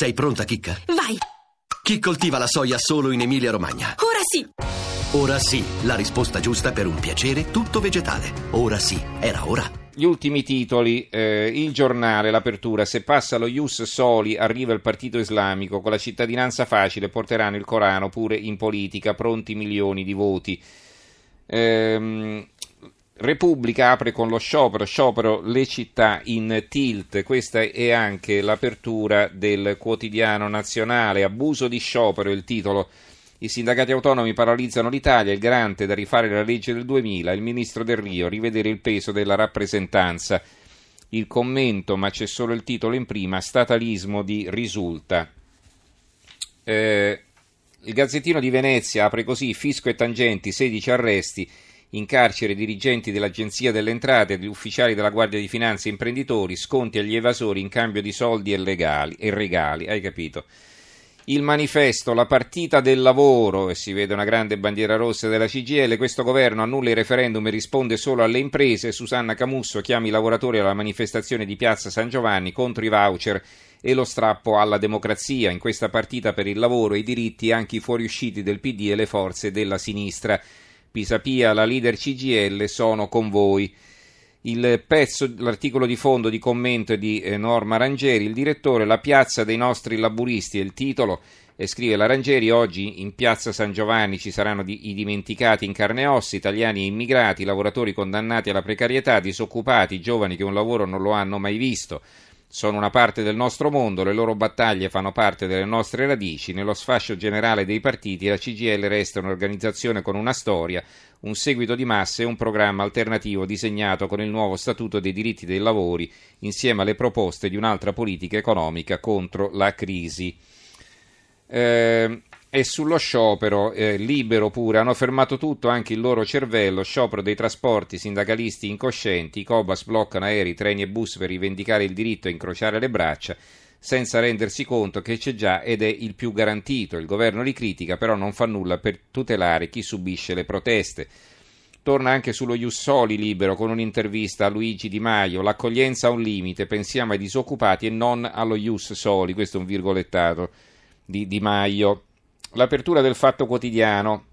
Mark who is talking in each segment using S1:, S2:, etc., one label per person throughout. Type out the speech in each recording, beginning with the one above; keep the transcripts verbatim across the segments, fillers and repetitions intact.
S1: Sei pronta, Chicca?
S2: Vai!
S1: Chi coltiva la soia solo in Emilia-Romagna?
S2: Ora sì!
S1: Ora sì, la risposta giusta per un piacere tutto vegetale. Ora sì, era ora.
S3: Gli ultimi titoli, eh, il giornale, l'apertura: se passa lo Ius Soli arriva il partito islamico, con la cittadinanza facile porteranno il Corano pure in politica, pronti milioni di voti. Ehm... Repubblica apre con lo sciopero, sciopero le città in tilt, questa è anche l'apertura del quotidiano nazionale, abuso di sciopero è il titolo. I sindacati autonomi paralizzano l'Italia, il garante da rifare la legge del duemila, il ministro Del Rio, rivedere il peso della rappresentanza. Il commento, ma c'è solo il titolo in prima, statalismo di Risulta. Eh, il Gazzettino di Venezia apre così: fisco e tangenti, sedici arresti. In carcere dirigenti dell'Agenzia delle Entrate, gli ufficiali della Guardia di Finanza e imprenditori, sconti agli evasori in cambio di soldi e, legali, e regali, hai capito? Il Manifesto, la partita del lavoro, e si vede una grande bandiera rossa della C G I L, questo governo annulla i referendum e risponde solo alle imprese, Susanna Camusso chiama i lavoratori alla manifestazione di Piazza San Giovanni contro i voucher e lo strappo alla democrazia, in questa partita per il lavoro e i diritti anche i fuoriusciti del P D e le forze della sinistra. Pisapia, la leader C G I L, sono con voi. Il pezzo, l'articolo di fondo di commento di eh, Norma Rangeri, il direttore, la piazza dei nostri laburisti è il titolo, e scrive la Rangeri: oggi in Piazza San Giovanni ci saranno di, i dimenticati in carne e ossa, italiani e immigrati, lavoratori condannati alla precarietà, disoccupati, giovani che un lavoro non lo hanno mai visto. Sono una parte del nostro mondo, le loro battaglie fanno parte delle nostre radici. Nello sfascio generale dei partiti la C G I L resta un'organizzazione con una storia, un seguito di massa e un programma alternativo disegnato con il nuovo Statuto dei diritti dei lavori, insieme alle proposte di un'altra politica economica contro la crisi. Eh, e sullo sciopero, eh, Libero pure, hanno fermato tutto, anche il loro cervello, sciopero dei trasporti, sindacalisti incoscienti, i Cobas bloccano aerei, treni e bus per rivendicare il diritto a incrociare le braccia, senza rendersi conto che c'è già ed è il più garantito. Il governo li critica, però non fa nulla per tutelare chi subisce le proteste. Torna anche sullo Ius Soli Libero con un'intervista a Luigi Di Maio: l'accoglienza ha un limite, pensiamo ai disoccupati e non allo Ius Soli, questo è un virgolettato di Di Maio. L'apertura del Fatto Quotidiano: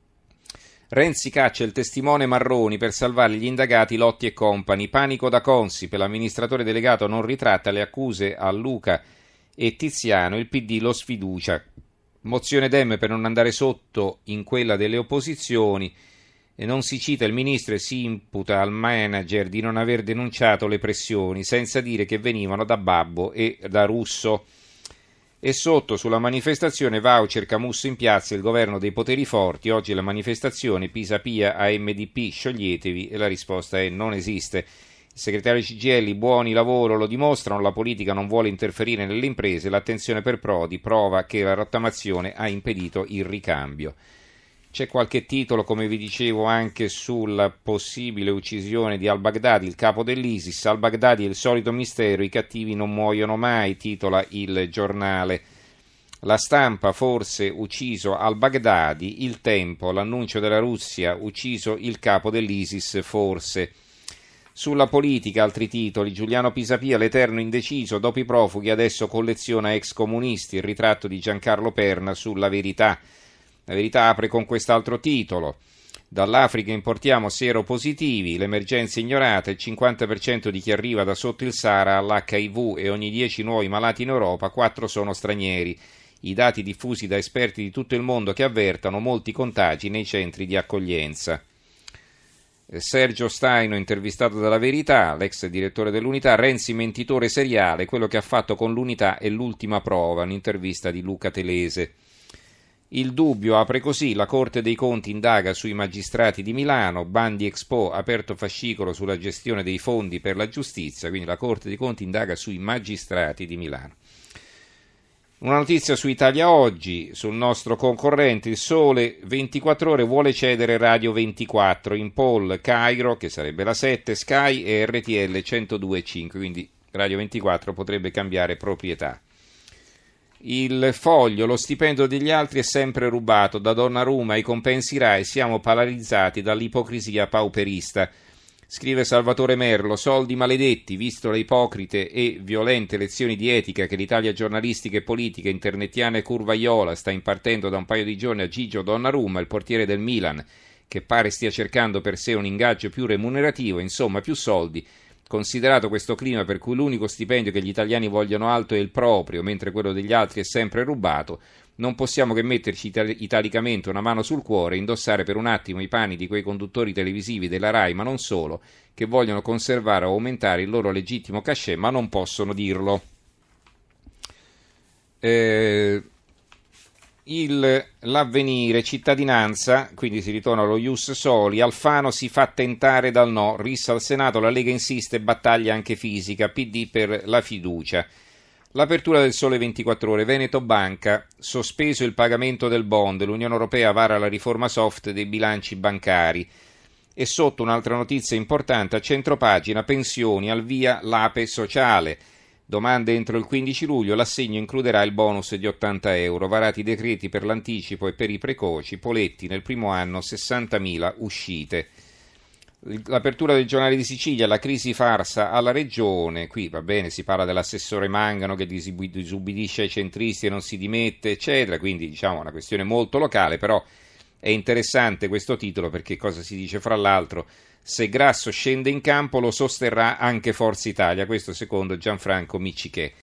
S3: Renzi caccia il testimone Marroni per salvare gli indagati Lotti e Company, panico da Consip, l'amministratore delegato non ritratta le accuse a Luca e Tiziano, il P D lo sfiducia, mozione Dem per non andare sotto in quella delle opposizioni, e non si cita il ministro e si imputa al manager di non aver denunciato le pressioni, senza dire che venivano da Babbo e da Russo. E sotto, sulla manifestazione, voucher, Camusso in piazza, il governo dei poteri forti, oggi la manifestazione, Pisapia a M D P, scioglietevi, e la risposta è: non esiste. Il segretario C G I L, i buoni lavoro lo dimostrano, la politica non vuole interferire nelle imprese, l'attenzione per Prodi prova che la rottamazione ha impedito il ricambio. C'è qualche titolo, come vi dicevo, anche sulla possibile uccisione di al-Baghdadi, il capo dell'ISIS. Al-Baghdadi è il solito mistero, i cattivi non muoiono mai, titola il giornale. La Stampa, forse ucciso al-Baghdadi, Il Tempo, l'annuncio della Russia, ucciso il capo dell'ISIS, forse. Sulla politica, altri titoli: Giuliano Pisapia, l'eterno indeciso, dopo i profughi adesso colleziona ex comunisti, il ritratto di Giancarlo Perna sulla Verità. La Verità apre con quest'altro titolo: dall'Africa importiamo seropositivi, l'emergenza ignorata, il cinquanta per cento di chi arriva da sotto il Sahara ha l'H I V e ogni dieci nuovi malati in Europa, quattro sono stranieri. I dati diffusi da esperti di tutto il mondo che avvertono molti contagi nei centri di accoglienza. Sergio Staino, intervistato dalla Verità, l'ex direttore dell'Unità: Renzi mentitore seriale, quello che ha fatto con l'Unità è l'ultima prova, un'intervista di Luca Telese. Il Dubbio apre così: la Corte dei Conti indaga sui magistrati di Milano, Bandi Expo, aperto fascicolo sulla gestione dei fondi per la giustizia, quindi la Corte dei Conti indaga sui magistrati di Milano. Una notizia su Italia Oggi, sul nostro concorrente, il Sole ventiquattro Ore vuole cedere Radio ventiquattro, in poll Cairo, che sarebbe la sette, Sky e R T L centodue e cinque, quindi Radio ventiquattro potrebbe cambiare proprietà. Il Foglio: lo stipendio degli altri è sempre rubato, da Donnarumma ai compensi Rai siamo paralizzati dall'ipocrisia pauperista. Scrive Salvatore Merlo, soldi maledetti, visto le ipocrite e violente lezioni di etica che l'Italia giornalistica e politica, internettiana e curvaiola sta impartendo da un paio di giorni a Gigio Donnarumma, il portiere del Milan, che pare stia cercando per sé un ingaggio più remunerativo, insomma più soldi. Considerato questo clima per cui l'unico stipendio che gli italiani vogliono alto è il proprio, mentre quello degli altri è sempre rubato, non possiamo che metterci italicamente una mano sul cuore e indossare per un attimo i panni di quei conduttori televisivi della Rai, ma non solo, che vogliono conservare o aumentare il loro legittimo cachet, ma non possono dirlo. Eh... Il, l'Avvenire, Cittadinanza, quindi si ritorna allo Ius Soli, Alfano si fa tentare dal no, rissa al Senato, la Lega insiste, battaglia anche fisica, P D per la fiducia. L'apertura del Sole ventiquattro Ore, Veneto Banca, sospeso il pagamento del bond, l'Unione Europea vara la riforma soft dei bilanci bancari. E sotto un'altra notizia importante, a centropagina, pensioni, al via l'Ape sociale. Domande entro il quindici luglio, l'assegno includerà il bonus di ottanta euro, varati i decreti per l'anticipo e per i precoci, Poletti nel primo anno sessantamila uscite. L'apertura del Giornale di Sicilia, la crisi farsa alla regione, qui va bene, si parla dell'assessore Mangano che disubbidisce ai centristi e non si dimette, eccetera, quindi diciamo una questione molto locale, però è interessante questo titolo perché cosa si dice fra l'altro? Se Grasso scende in campo lo sosterrà anche Forza Italia, questo secondo Gianfranco Miccichè.